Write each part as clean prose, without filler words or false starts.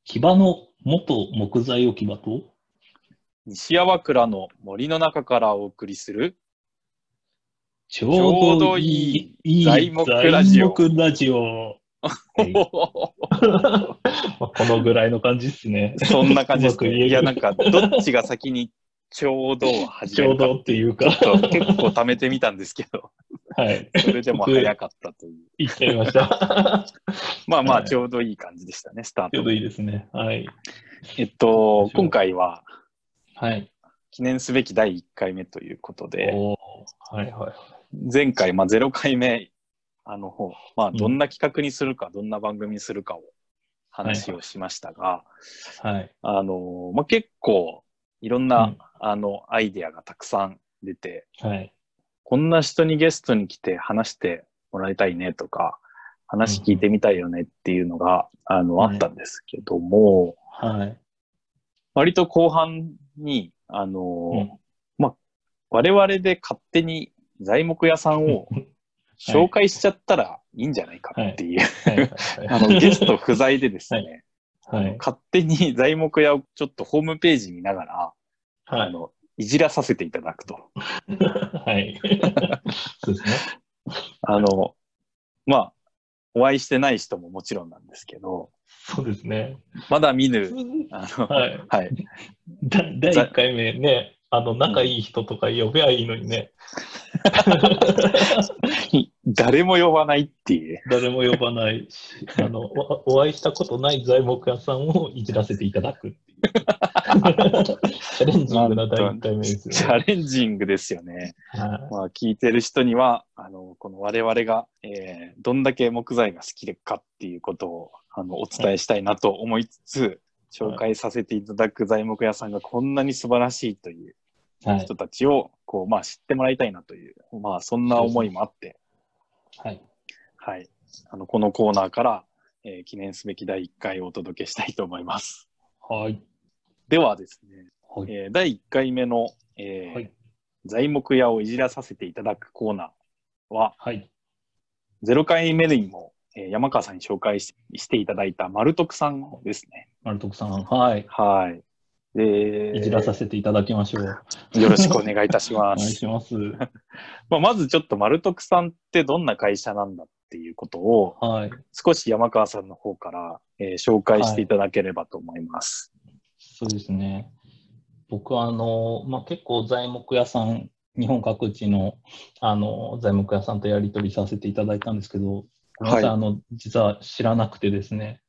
木場の元木材置き場と西粟倉の森の中からお送りするちょうどいい材木材ラジオ。 木ラジオ。はい、このぐらいの感じですね。 そんな感じですね。 うまく言える。 いや、なんか、どっちが先にちょうどを始めるかっていう、 ちょうどっていうかちょっと結構貯めてみたんですけど、 はい。 それでも早かったという。 言っちゃいました。 まあまあ、 はい、 ちょうどいい感じでしたね、スタートも。 ちょうどいいですね。はい。 今回は、 はい。 記念すべき第1回目ということで、 はいはい。 前回、0回目、どんな企画にするか、どんな番組にするかを話をしましたが、 はい。 結構いろんな、アイデアがたくさん出て、 はい。 こんな人にゲストに来て話してもらいたいねとか、話聞いてみたいよねっていうのが、あったんですけども、 はい。 割と後半に、我々で勝手に材木屋さんを紹介しちゃったらいいんじゃないかっていう、ゲスト不在でですね、勝手に材木屋をちょっとホームページ見ながら、いじらさせていただくと。 はい。そうですね。 お会いしてない人ももちろんなんですけど、 そうですね。 まだ見ぬ、 はい。第1回目ね、仲いい人とか呼べばいいのにね。 誰も呼ばないっていう。 誰も呼ばないし、お会いしたことない材木屋さんをいじらせていただくっていう。チャレンジングな第1回目ですよね。 チャレンジングですよね。聞いてる人には、この我々が、どんだけ木材が好きかっていうことをお伝えしたいなと思いつつ、紹介させていただく材木屋さんがこんなに素晴らしいという人たちを知ってもらいたいなという、そんな思いもあって、はい。このコーナーから、記念すべき第1回をお届けしたいと思います。 はい。 ではですね、第1回目の、材木屋をいじらさせていただくコーナーは、0回目にも、山川さんに紹介していただいた丸徳さんですね。 丸徳さん、はい。 はい。 いじらさせていただきましょう。 よろしくお願いいたします。 お願いします。 まずちょっと丸徳さんってどんな会社なんだっていうことを、少し山川さんの方から、紹介していただければと思います。 そうですね。僕は結構材木屋さん、日本各地の材木屋さんとやり取りさせていただいたんですけど、ごめんなさい、実は知らなくてですね、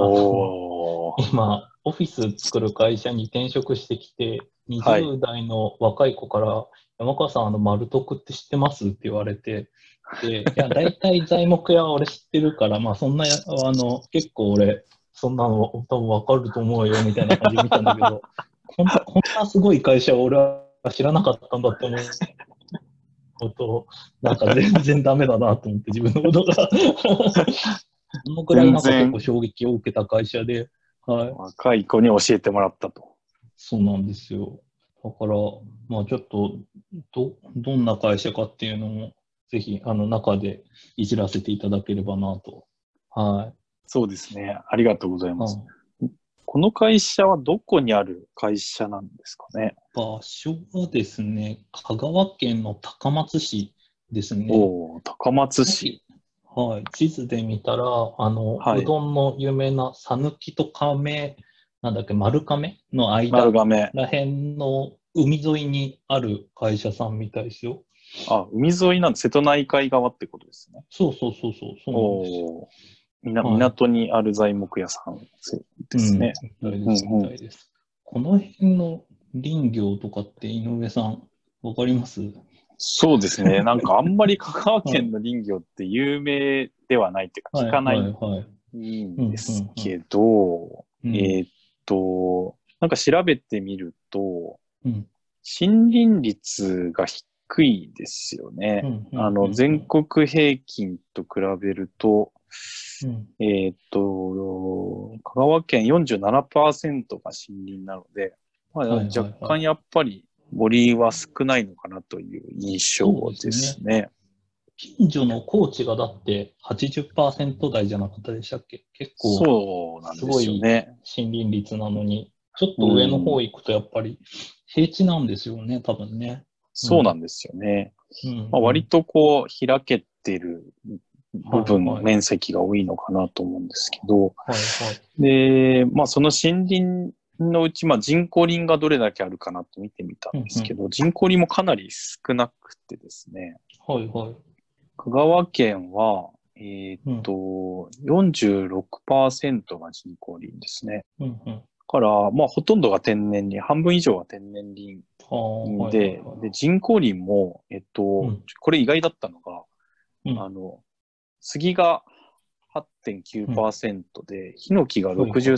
今、オフィス作る会社に転職してきて、20代の若い子から、山川さん、丸徳って知ってますって言われて、で、いや、大体材木屋は俺知ってるから、そんな、結構俺、そんなの多分わかると思うよ、みたいな感じで見たんだけど、こんなすごい会社を俺は知らなかったんだって思うと、なんか全然ダメだなと思って、自分のことが。そのくらいなんか結構衝撃を受けた会社で、 若い子に教えてもらったと。 そうなんですよ。だから、ちょっとどんな会社かっていうのも、ぜひ、中でいじらせていただければなと。 そうですね。ありがとうございます。この会社はどこにある会社なんですかね。 場所はですね、香川県の高松市ですね。 高松市。 地図で見たら、うどんの有名な讃岐と亀、丸亀の間らへんの海沿いにある会社さんみたいですよ。 海沿いなんで瀬戸内海側ってことですね。 そうなんですよ。 港にある材木屋さんですね。 みたいです。この辺の林業とかって井上さん、わかります？ そうですね。なんかあんまり香川県の林業って有名ではないっていうか聞かないんですけど、なんか調べてみると、森林率が低いですよね。全国平均と比べると、香川県 47% が森林なので、若干やっぱり森は少ないのかなという印象ですね。 近所の高知がだって80%台じゃなかったでしたっけ？結構、 そうなんですよすごいね。 森林率なのに、ちょっと上の方行くとやっぱり平地なんですよね、多分ね。 そうなんですよね。 うんまあ、割とこう、開けてる部分、 はいはい。 面積が多いのかなと思うんですけど、 はいはい。 で、まあその森林のうち、まあ人工林がどれだけあるかなと見てみたんうんうん。 ですけど、人工林もかなり少なくてですね、 はいはい。 香川県は、 うん。 46%が人工林ですね。 うんうん。 から、まあほとんどが天然林、半分以上が天然林ああ、はいはいで、 はで、人工林も、 い。うん。 これ意外だったのが、 うん。 あの、杉がうん。 8.9%で、ヒノキがはいはい。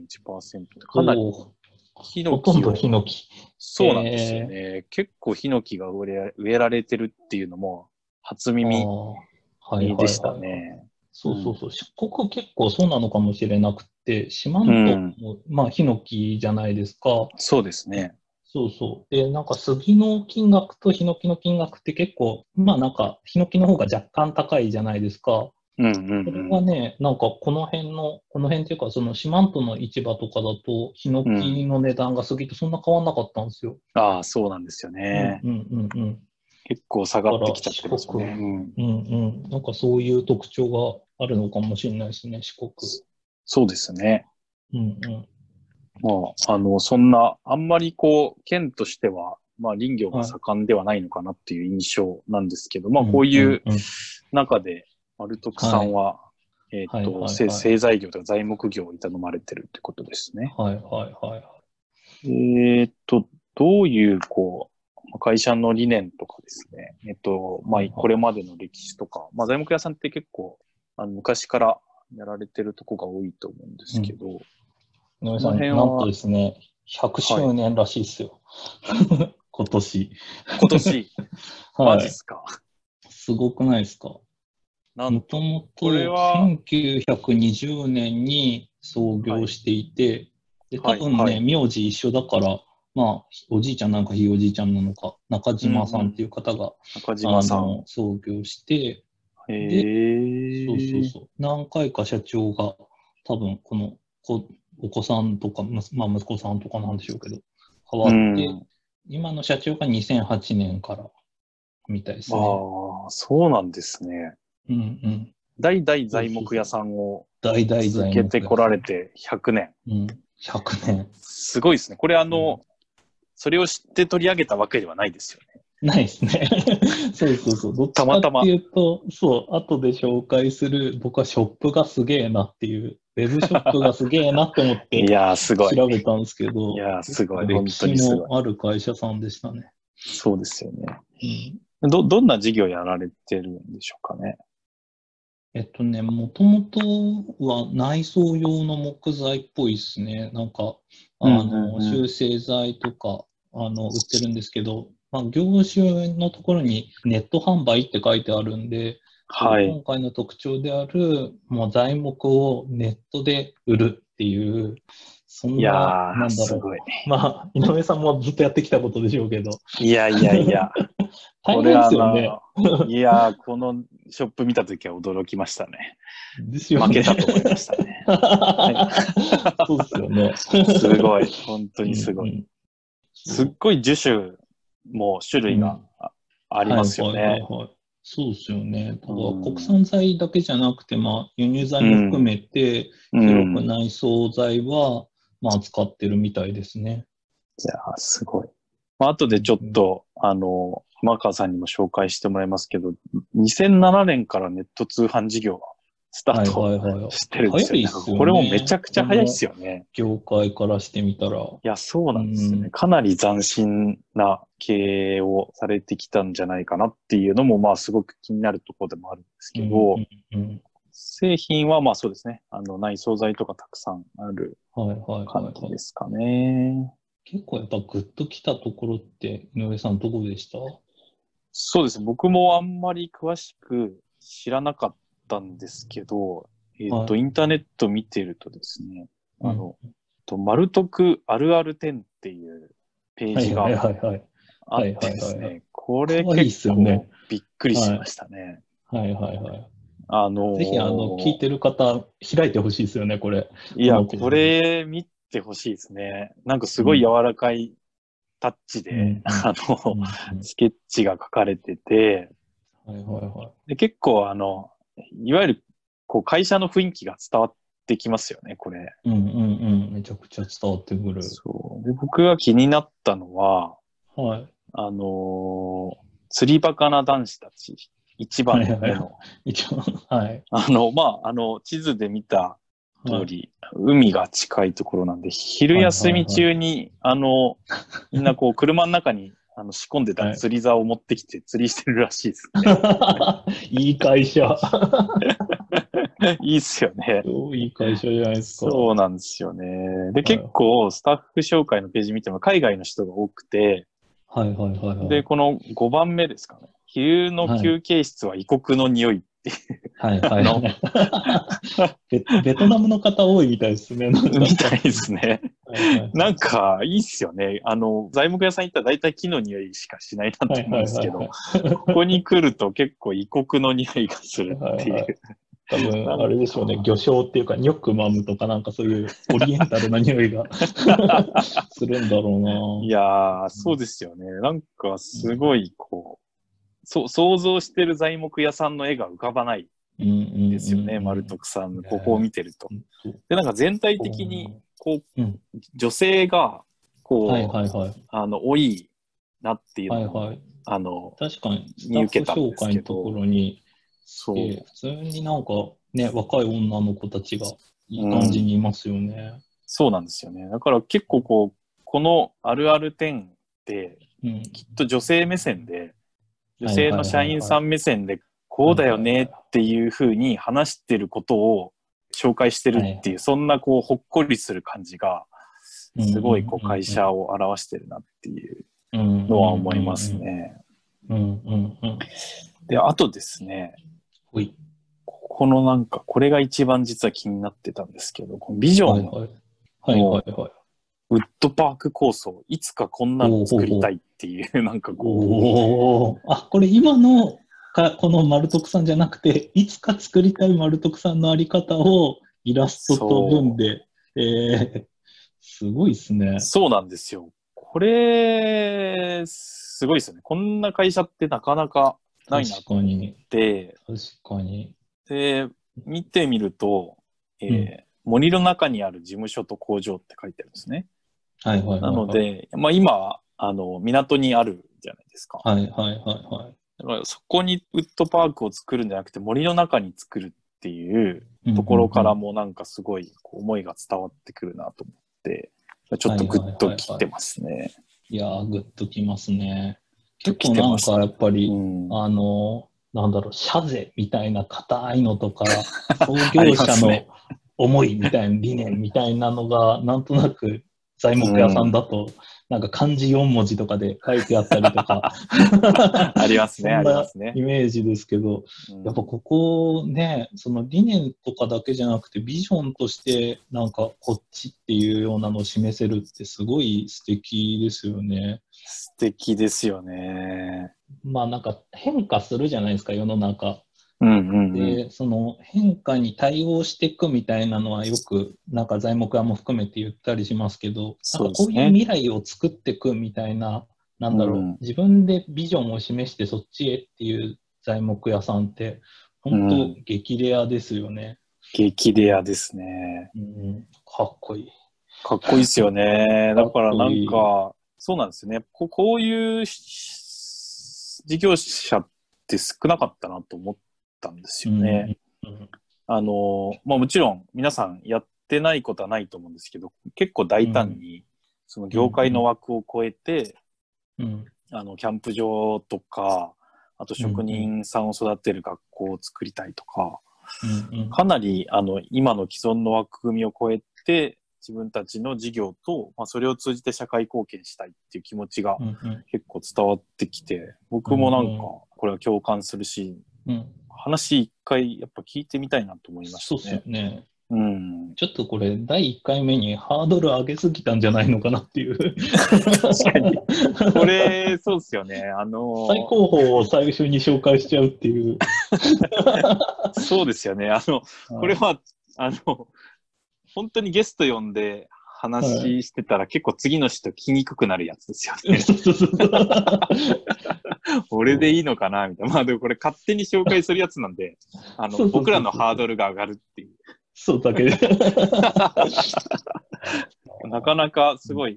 63.1%で、かなりおお、 ヒノほとんどキを、 ヒノキ。 そうなんですよええね。結構ヒノキが植えられてるっていうのも初ああ、 耳はいでしたはいはいはい。 ね。うん。 そうそうそう。四国結構そうなのかもしれなくて、四万十うん。 も、まあ、ヒノキじゃないですか。 そうですね。 そうそう。で、なんか杉の金額とヒノキの金額って結構、まあなんか、ヒノキの方が若干高いじゃないですか。 うんうんそれうん。 がね、なんかこの辺っていうか、その四万十の市場とかだと、ヒノうん。 キの値段が杉とそんな変わんなかったんですよ。 ああ、そうなんですよね。 うんうんうんうん。 結構下がだからってきちゃっ四国、 てますよね。うん。 うんうん。なんかそういう特徴があるのかもしれないですね、四国。 そうですね。 うんうん。 まあ、そんな、あんまりこう、県としては、まあ、林業がはい。 盛んではないのかなっていう印象なんですけど、まあ、こうんういううんうん。 中で、丸徳さはい。 んは、 はいはいはい。 製材業とか材木業を営まれてるってことですね。 はいはいはい。 えっと、どういう、こう、会社の理念とかですね。まあ、 はいはい。 これまでの歴史とか、まあ、材木屋さんって結構、昔からやられてるとこが多いと思うんですうん。 けど、 井上さん、 その辺なんとは、 ですね、100 はい。 周年らしいっすよ。今年。 今年、マジっはい。 すか。 すごくないですか？もとなんと、これもとは、 1920年に創はい、 業していて、で、多はい、 分ね、 はい。 名字一緒だから、まあ、おじいちゃんなんかひいおじいちゃんなのか、中うん、 島さんっていううん。 方が、 中島さん。 創業して、 へで、そうそうえ。 そう、何回か社長が、多分お子さんとか、まあ、息子さんとかなんでしょうけど、変うわって、 ん。 今の社長が2008年からみたいですね。 ああ、そうなんですね。 うんうん。 代々材そうそうそう。 木屋さんを大々 続材けてこら木屋さん。 れて100年。 うん。100年。 すごいですね。これうん、 それを知って取り上げたわけではないですよね。 ないですね。そうそうそう。どっちかってたまたま。 いうと、そう、後で紹介する、僕はショップがすげえなっていう、ウェブショップがすげえなって思っていやー、すごい。 調べたんですけど、 いやー、すごい。 結構歴本当史にすごい。 のある会社さんでしたね。 そうですよね。 うん。 どんな事業やられてるんでしょうかね。 もともとは内装用の木材っぽいですね。なんか、 うん、うん、うん。 集成材とか、売ってるんですけど、まあ、業種のところにネット販売って書いてあるんで、そう、 はい。 今回の特徴である、もう材木をネットで売るっていう、そいんな、 やー、 なんだろすごい。 う。まあ、井上さんもずっとやってきたことでしょうけど、 いやいやいや。これ大変ですよね。 いやー、このショップ見たときは驚きましたね。 ですよね。 負けたと思いましたね。はい。 そうですよね。 すごい。本当うんにすごい。 うん。 すっそごい樹種も種う。 類がうん。 ありまはいはいはいすよね。 はい。そうですよね。だかうら国ん。 産材だけじゃなくて、まあ、輸入材うん。 も含めて、 うん。 広く内装材は、まあ、使ってるみたいですね。 いやー、すごい。まあ、後でちょっうんうん。 と、浜川さんにも紹介してもらいますけど、2007年からネット通販事業がスターはいトはいはい。 してるんですよね。 早いっすよこれもめちね。 ゃくちゃ早いっこのすよね。 業界からしてみたら。 いや、そううなんですよね。 ん。 かなり斬新な経営をされてきたんじゃないかなっていうのも、まあ、すごく気になるところでもあるんですうんうけど、 んうん。 製品はまあそうですね。内装材とかたくさんあるはいはいはいはい。 感じですかね。 結構やっぱグッときたところって、井上さんどこでした？ そうですね。僕もあんまり詳しく知らなかったんですけど、 はインターネット見てるとですね、 い。うん。 マルトクあるある10っていうペーはいジがはいはいはい。 あってはいはいはいはい。 ですね、これかわいいっ結すよね。 構びっくりしはい。 ましたね。 はいはいはい。ぜひ、聞いてる方、開いてほしいですよね、これ。 いや、これ見てほしいですね。なんかすごい柔らかいタッチで、スケッチが書かれてて、 はいはいはい。 で結構、いわゆる、こう、会社の雰囲気が伝わってきますよね、これ。 うんうんうん。めちゃくちゃ伝わってくる。 そう。で、僕が気になったのは、 はい。 釣りバカな男子たち、一はいはいはい。 番目の。 一応、はい。 地図で見たはい。 通り、海が近いところなんで、昼はい休みはいはい。 中に、みんなこう、車の中に仕込んでたはい。 釣り竿を持ってきて釣りしてるらしいですね。 いい会社。 いいっすよね。 超いい会社じゃないですか。はそうなんですよね。で、結い。 構、スタッフ紹介のページ見ても海外の人が多くて、 はいはいはいはで、 い。 この5番目ですかね。昼のはい。 休憩室は異国の匂いっていう、 はいはいはい。ベトナムの方多いみたいですね。なんかみたいでスタッフに。 すね。 はいはいなんか、いいっすよね。材木屋さん行ったら大体木の匂いしかしないなと思うんはいはいですけど、 はいはい。 ここに来ると結構異国の匂いがするっていう。 はいはい。多分、 なんあれでしょうね。魚か、 醤っていうか、ニョクマムとかなんかそういうオリエンタルな匂いがするんだろいやー、そうですよね。なんか、すごい、こう、想像してる材木屋さんの絵が浮かばないうんうんですよね。 うん丸徳さんのここをね見てると。 え。 で、なんか全体的に、 ここう、 う、うん。 女性が、 はいこう、 はいはい。 多いなっていうのも、 はいはい。確かに、スタッフ見受けたんです紹介のとこけど、 ろに、普そう、 通になんかね、若い女の子たちがいい感じうん、 にいますよね。 そうなんですよね。だから結構こう、このあるある10って、 うん。 きっと女性目線で、女はいはい性の社はいはい。 員さん目線で、こうはいだよはいはい。 ねっていうふうに話してることを紹介してるっていう、 はいはい。 そんなこう、ほっこりする感じが、 うんうすごいこう、会社んを表してるなっていううんうん。うんのはうん思いますうんね。 うん。うんうんうん。 で、あとですね、 ほい。 このなんか、これが一番実は気になってたんですけど、このビジョンはいはい。はいはのいはい。 ウッドパーク構想、いつかこんなのおおほうほう。 作りたいっていう、なんかこう、 おお。あ、これ今のこの丸徳さんじゃなくて、いつか作りたい丸徳さんのあり方をイラストと文そう、 で、すごいですね。 そうなんですよ。これ、すごいですよね。こんな会社ってなかなかな確いなと思っかに。 て、 確かに。 で、見てみると、 うん。 森の中にある事務所と工場って書いてあるんですね。 はいはいなはいはい。 ので、まあ今、港にあるじゃないですか。 はいはいはいはい。 だからそこにウッドパークを作るんじゃなくて森の中に作るっていううんところからうんうん。 もなんかすごいこう思いが伝わってくるなと思って、ちょっとグッはいはいはいはい。 ときてますね。 いやー、グッときますね。結とき構なんかてますね。 やっぱり、 うん。 なんだろう、社税みたいな硬いのとか、創あり業者のますね。 思いみたいな理念みたいなのが、なんとなく材う木屋さんだん。 と、なんか漢字4文字とかで書いてあったりとか、 ありますね、ありまそんなすね。 イメージですけど、 うん。 やっぱここね、その理念とかだけじゃなくて、ビジョンとしてなんかこっちっていうようなのを示せるってすごい素敵ですよね。 素敵ですよね。 まあなんか変化するじゃないですか、世の中。 うんうんうん。 で、その変化に対応していくみたいなのはよく、なんか材木屋も含めて言ったりしますけど、なんそうかこういうですね。 未来を作っていくみたいな、なんだろう、 うん。 自分でビジョンを示してそっちへっていう材木屋さんって、本当うん。 激レアですよね。 激レアですね。 うん、かっこいい。 かっこいいですよね。 かっだからなんこいい。 か、そうなんですよね。こういう事業者って少なかったなと思ったんですうよね。 ん、うん、 まあもちろん皆さんやってないことはないと思うんですけど、結構大胆うん、 に、そのうん、 業界のうん、 枠を超えて、 うん、 キャンプ場とか、あとうん、 職うん、 人さんを育てる学校を作りたいとか、 うん、 かなり、今の既存の枠組みを超えて、自分たちの事業と、まあ、それを通じて社会貢献したいっていう気持ちがうん、うん、 結構伝わってきて、 うん、 僕もなんか、 うん、 これは共感するし、 うん。 話一回やっぱ聞いてみたいなと思いましそうったね。 すよね。 うん、 ちょっとこれ、第1回目にハードル上げすぎたんじゃないのかなっていう。 確かに。これ、そうですよね。 最高峰を最初に紹介しちゃうっていう。 そうですよね。これは、本当にゲスト呼んで話してたら、結構次の人聞きにくくなるやつですよね。 そうそうそう。 俺でいいのかなみたいな。まあでもこれ勝手に紹介するやつなんで、僕らのハードルが上がるっていう。 そうだけで。 なかなかすごい、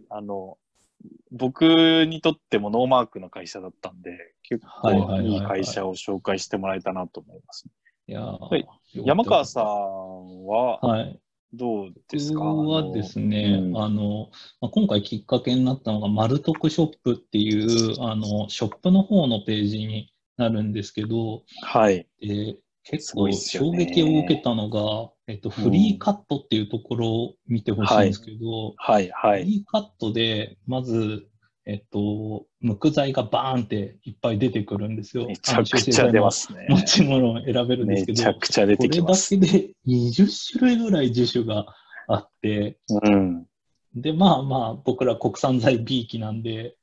僕にとってもノーマークの会社だったんで、結構いい会社を紹介してもらえたなと思います。 いや山川さんはどうですか？ 僕はですね、今回きっかけになったのが、マルトクショップっていう、ショップの方のページになるんですけど、 はい。 結構衝撃を受けたのが、フリーカットっていうところを見てほしいんですけど、フリーカットで、まず、無垢材がバーンっていっぱい出てくるんですよ。 めちゃくちゃ出ますね。 持ち物を選べるんですけど、 めちゃくちゃ出てきます。 これだけで20種類ぐらい樹種があって、で、まあ、僕ら国産材 B 機なんで、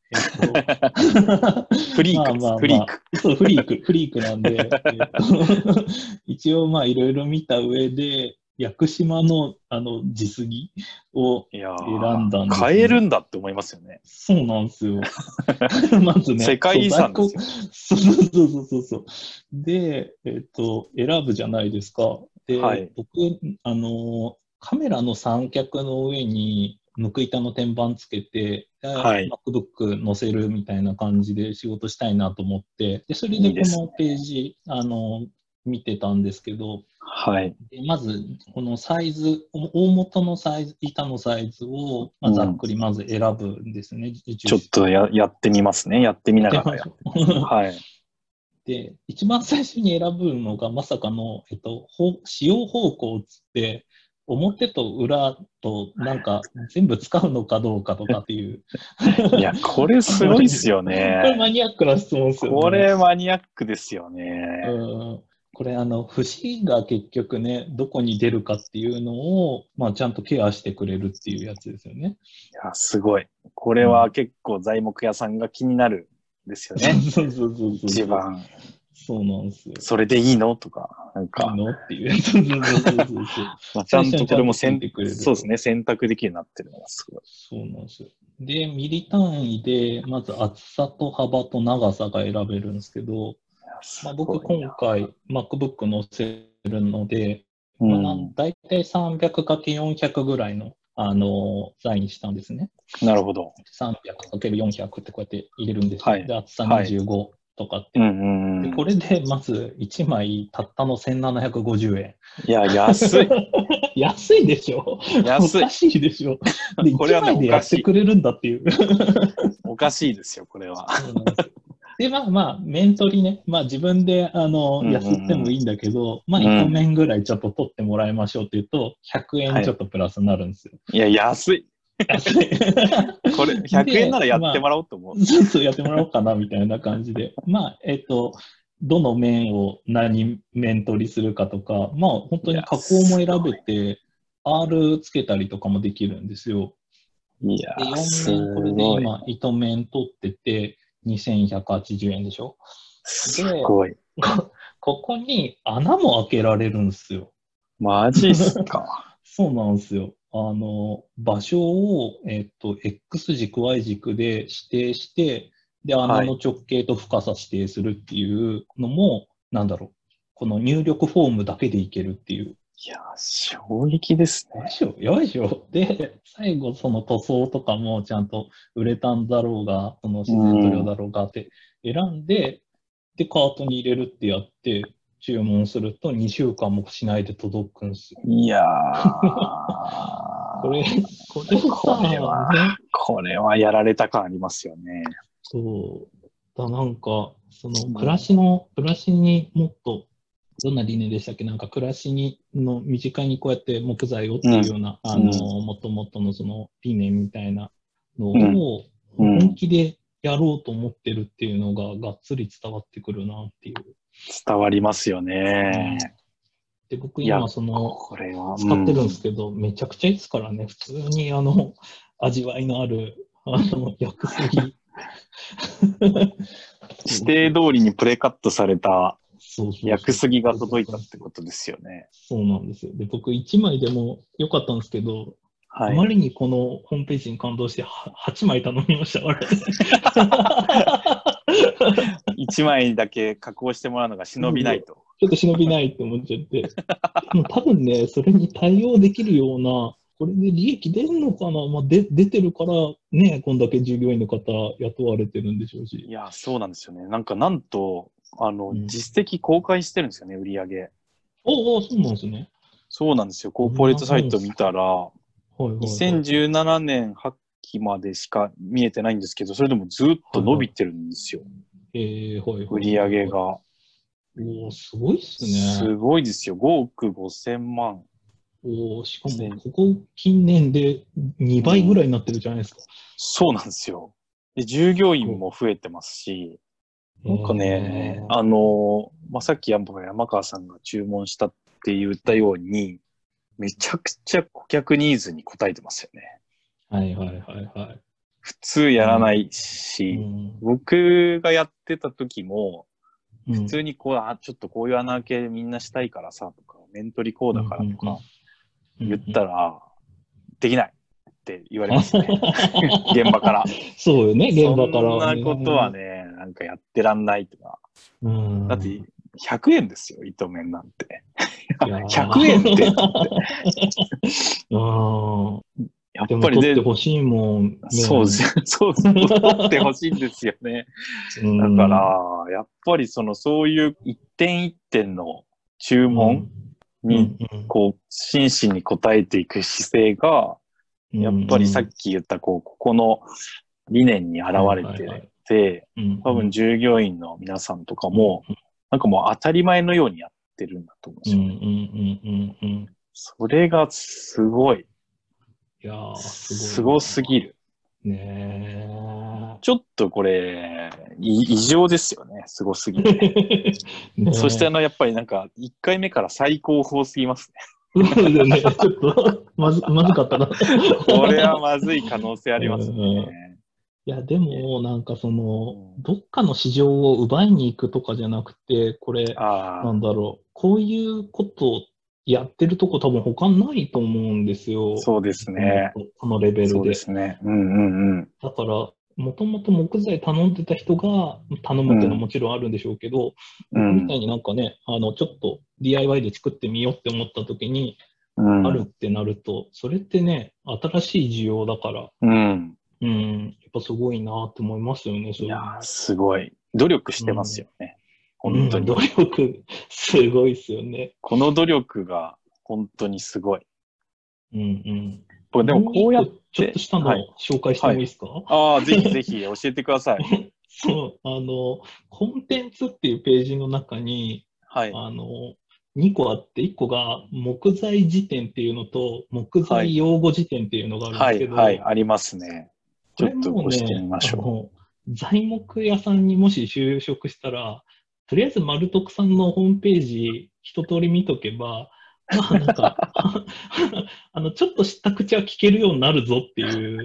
フリークです。フリーク。 そう、フリークなんで、一応いろいろ見た上で、屋久島の地杉を選んだんです、ね。 買えるんだって思いますよね。 そうなんですよ。まずね。 世界遺産ですよ。 そう。で、選ぶじゃないですか。で、僕、カメラの三脚の上に、ムク板の天板つけて、MacBook 載せるみたいな感じで仕事したいなと思って、でそれでこのページ、見てたんですけど、でまず、このサイズ、大元のサイズ、板のサイズを、ざっくりまず選ぶんですね。 ちょっとやってみますね。やってみながらで、一番最初に選ぶのが、まさかの、使用方向つって、表と裏となんか全部使うのかどうかとかっていう。 いや、これすごいっすよね。 これマニアックな質問ですよね。 これマニアックですよね。 これ節が結局ね、どこに出るかっていうのを、ちゃんとケアしてくれるっていうやつですよね。 いや、すごい。これは結構材木屋さんが気になるんですよね。 そう。 一番。 そうなんですよ。 それでいいのとか、なんか。 いいのっていう。そうちゃんとこれもそうですね、選択できるようになってるのがすごい。 そうなんですよ。で、ミリ単位で、まず厚さと幅と長さが選べるんですけど、僕今回 MacBook 載せるので、だいたい 300×400 ぐらいの、材にしたんですね。 なるほど。 300×400 ってこうやって入れるんですよ。で、厚さ25とかって。で、これでまず1枚たったの1750円。 いや、安い。 安いでしょ。 安い。 おかしいでしょ。で、1枚でやってくれるんだっていう。 おかしいですよ、これは。 で、面取りね、自分で、やすってもいいんだけど、1面ぐらいちょっと取ってもらいましょうって言うと、100円ちょっとプラスになるんですよ。 いや、安い。これ、100円ならやってもらおうと思う。 そう、やってもらおうかな、みたいな感じで。どの面を何面取りするかとか、本当に加工も選べて、R つけたりとかもできるんですよ。 いやで、4面、これで今、糸面取ってて、2180円でしょ。 すごい。 ここに穴も開けられるんですよ。 マジっすか。 そうなんですよ。場所を、X 軸、Y 軸で指定して、で、穴の直径と深さ指定するっていうのも、この入力フォームだけでいけるっていう。 いや、衝撃ですね。 よいしょ。で、最後、その塗装とかもちゃんとウレタンだろうが、その自然塗料だろうがって選んで、で、カートに入れるってやって、注文すると2週間もしないで届くんですよ。 いやー。 これこれはやられた感ありますよね。 そう。なんか、その暮らしにもっと、どんな理念でしたっけ？なんか暮らしの身近にこうやって木材をっていうような、もともとのその理念みたいなのを本気でやろうと思ってるっていうのががっつり伝わってくるなっていう。 伝わりますよね。 で、僕今これは、 使ってるんですけど、めちゃくちゃいいですからね。普通に味わいのある、薬杉。 指定通りにプレカットされた薬杉が届いたってことですよね。 そうなんですよ。で、僕1枚でも良かったんですけど、あまりにこのホームページに感動して8枚頼みました。 1枚だけ加工してもらうのが忍びないと。 ちょっと忍びないって思っちゃって。もう多分ね、それに対応できるような、これで利益出るのかな、出てるからね、こんだけ従業員の方雇われてるんでしょうし。 いや、そうなんですよね。なんと、実績公開してるんですよね、売り上げ。 そうなんですね。 そうなんですよ。コーポレートサイト見たら、2017年8期までしか見えてないんですけど、それでもずっと伸びてるんですよ。売り上げが。 すごいっすね。 すごいですよ。5億5千万。 しかも、ここ近年で2倍ぐらいになってるじゃないですか。 そうなんですよ。で、従業員も増えてますし、なんかね、さっき山川さんが注文したって言ったように、めちゃくちゃ顧客ニーズに応えてますよね。 はいはいはいはい。 普通やらないし、僕がやってた時も、普通にちょっとこういう穴開けみんなしたいからさ、とか、面取りこうだからとか、言ったら、できないって言われますね。現場から。 そうよね、現場から、 そんなことはね、なんかやってらんないとか。だって、100円ですよ、糸面なんて。100円って。やっぱり取ってほしいもん。 そうです。取ってほしいんですよね。だから、やっぱりそういう一点一点の注文に、真摯に応えていく姿勢が、やっぱりさっき言った、ここの理念に現れてて、多分従業員の皆さんとかも、なんかもう当たり前のようにやってるんだと思うんですよ。それがすごい。 いやー、 すごすぎる。 ね、 ちょっとこれ、異常ですよね。すごすぎて。そしてやっぱりなんか、1回目から最高峰すぎますね。そうだね。ちょっとまずかったな。 これはまずい可能性ありますね。 いや、でも、なんかどっかの市場を奪いに行くとかじゃなくて、これ、なんだろう、こういうことをやってるとこ多分他ないと思うんですよ。 そうですね。 このレベルで。 そうですね。 だから、もともと木材頼んでた人が頼むっていうのはもちろんあるんでしょうけど、僕みたいになんかね、ちょっと DIY で作ってみようって思った時に、あるってなると、それってね、新しい需要だから、やっぱすごいなって思いますよね、 いや、すごい。努力してますよね。本当に。 努力、すごいですよね。 この努力が本当にすごい。 でもこうやって。 ちょっとしたの紹介してもいいですか？ ぜひぜひ教えてください。 そう、コンテンツっていうページの中に、2個あって、1個が木材辞典っていうのと、木材用語辞典っていうのがあるんですけど、 ありますね。ちょっと押してみましょう。材木屋さんにもし就職したら、とりあえず丸徳さんのホームページ一通り見とけば、なんかちょっと知った口は聞けるようになるぞっていう。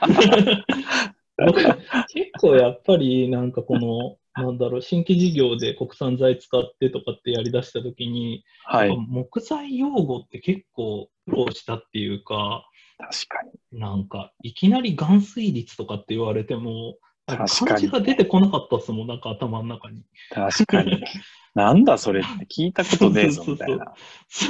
結構やっぱりなんか新規事業で国産材使ってとかってやり出したときに、木材用語って結構苦労したっていうか、 確かに。なんか、いきなり含水率とかって言われても、漢字が出てこなかったっすもん、なんか頭の中に。 確かに。なんだそれって聞いたことねえぞみたいな。 そう。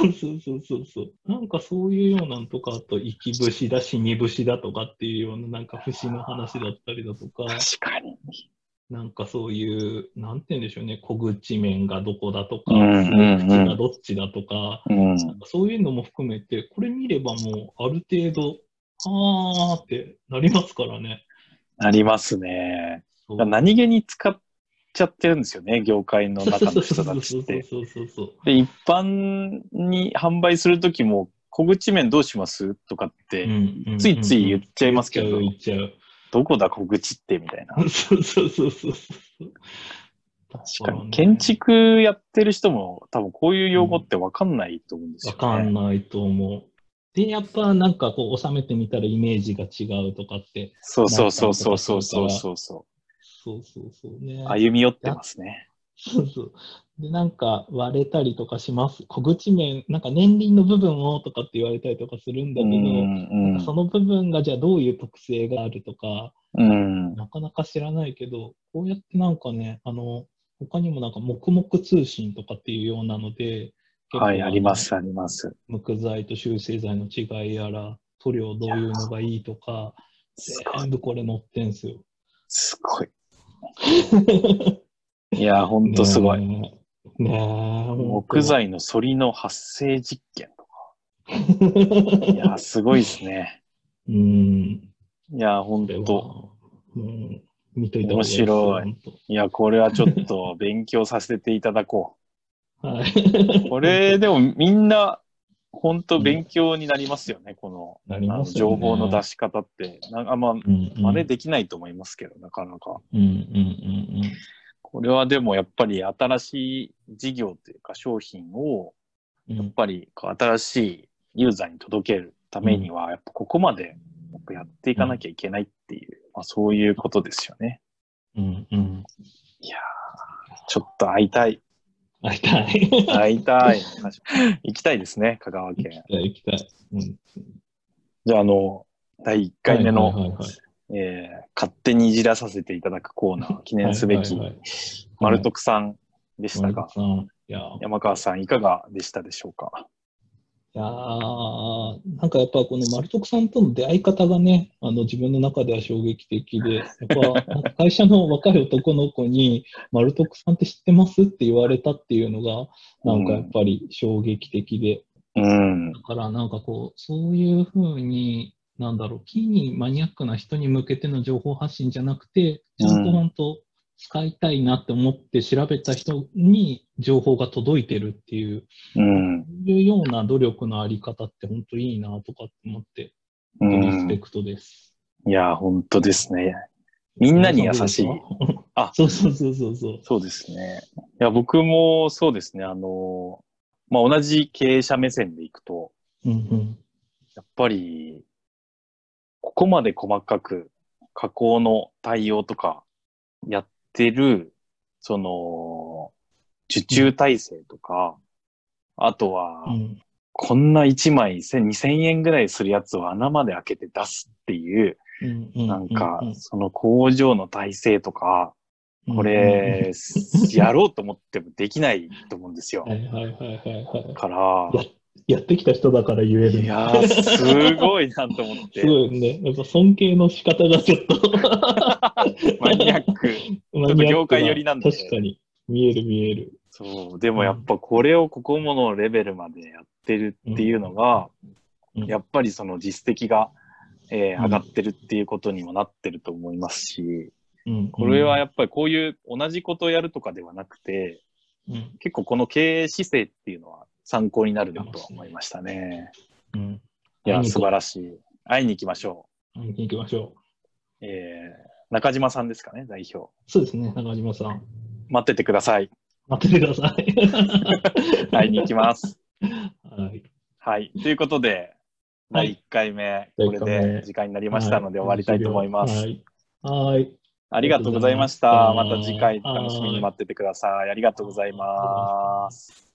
なんかそういうようなのとか、あと、生き節だ、死に節だとかっていうような、なんか節の話だったりだとか。 確かに。 なんかそういう、なんて言うんでしょうね、小口面がどこだとか、口がどっちだとか、なんかそういうのも含めて、これ見ればもうある程度、あーってなりますからね。 なりますね。何気に使っちゃってるんですよね、業界の中の人たちって。で、一般に販売するときも、小口面どうしますとかって、ついつい言っちゃいますけど、どこだ小口ってみたいな。 そう。 確かに。建築やってる人も多分こういう用語って分かんないと思うんですよね。 分かんないと思う。で、やっぱなんかこう収めてみたらイメージが違うとかってそうそうそうなったりとそうそうかするから。 そうそう。 そうそうそうね。 歩み寄ってますね。 そうそう。で、なんか割れたりとかします。小口面、なんか年輪の部分をとかって言われたりとかするんだけど、なんかその部分がじゃあどういう特性があるとか、なかなか知らないけど、こうやってなんかね、他にもなんか黙々通信とかっていうようなので、 はい、あります、あります。 無垢剤と集成剤の違いやら、塗料どういうのがいいとか、全部これ載ってんすよ。 すごい。いや、ほんとすごい。 ねえ。 木材の反りの発生実験とか。いや、すごいですね。いや、ほんと。 見といた方がいいですよ。面白い。いや、これはちょっと勉強させていただこう。はい。 これ、でもみんな、本当勉強になりますよね、この、情報の出し方って。真似できないと思いますけど、なかなか。これはでもやっぱり新しい事業というか商品を、やっぱり新しいユーザーに届けるためには、やっぱここまでやっていかなきゃいけないっていう、そういうことですよね。いやー、ちょっと会いたい。 会いたい。 会いたい。行きたいですね、香川県。 行きたい。 じゃあ、第1回目の、勝手にいじらさせていただくコーナー、記念すべき、丸徳さんでしたが、山川さんいかがでしたでしょうか？ いやー、なんかやっぱこの丸徳さんとの出会い方がね、自分の中では衝撃的で、やっぱなんか会社の若い男の子に丸徳さんって知ってますって言われたっていうのが、なんかやっぱり衝撃的で、だからなんかこう、そういうふうに、なんだろう、キーにマニアックな人に向けての情報発信じゃなくて、ちゃんと本当、使いたいなって思って調べた人に情報が届いてるっていう、そういうような努力のあり方って本当いいなとかって思って、リスペクトです。 いや、本当ですね。みんなに優しい。 そう。 そうですね。いや、僕もそうですね。同じ経営者目線でいくと、やっぱり、ここまで細かく加工の対応とかやってる、受注体制とか、あとは、こんな1枚2000円ぐらいするやつを穴まで開けて出すっていう、なんか、その工場の体制とか、これ、やろうと思ってもできないと思うんですよ。から、 やってきた人だから言える。 いやー、すごいなと思って。 すごいね。やっぱ尊敬の仕方がちょっとマニアック。ちょっと業界寄りなんで。 確かに。見える。 そう。でもやっぱこれをここものレベルまでやってるっていうのが、やっぱりその実績が、上がってるっていうことにもなってると思いますし、これはやっぱりこういう同じことをやるとかではなくて、結構この経営姿勢っていうのは参考になるなと思いましたね。いや、素晴らしい。会いに行きましょう。会いに行きましょう。中島さんですかね、代表。 そうですね、中島さん。 待っててください。 待っててください。 会いに行きます。 はい。 はい。ということで、第1回目、これで時間になりましたので終わりたいと思います。 はい。 ありがとうございました。また次回楽しみに待っててください。ありがとうございます。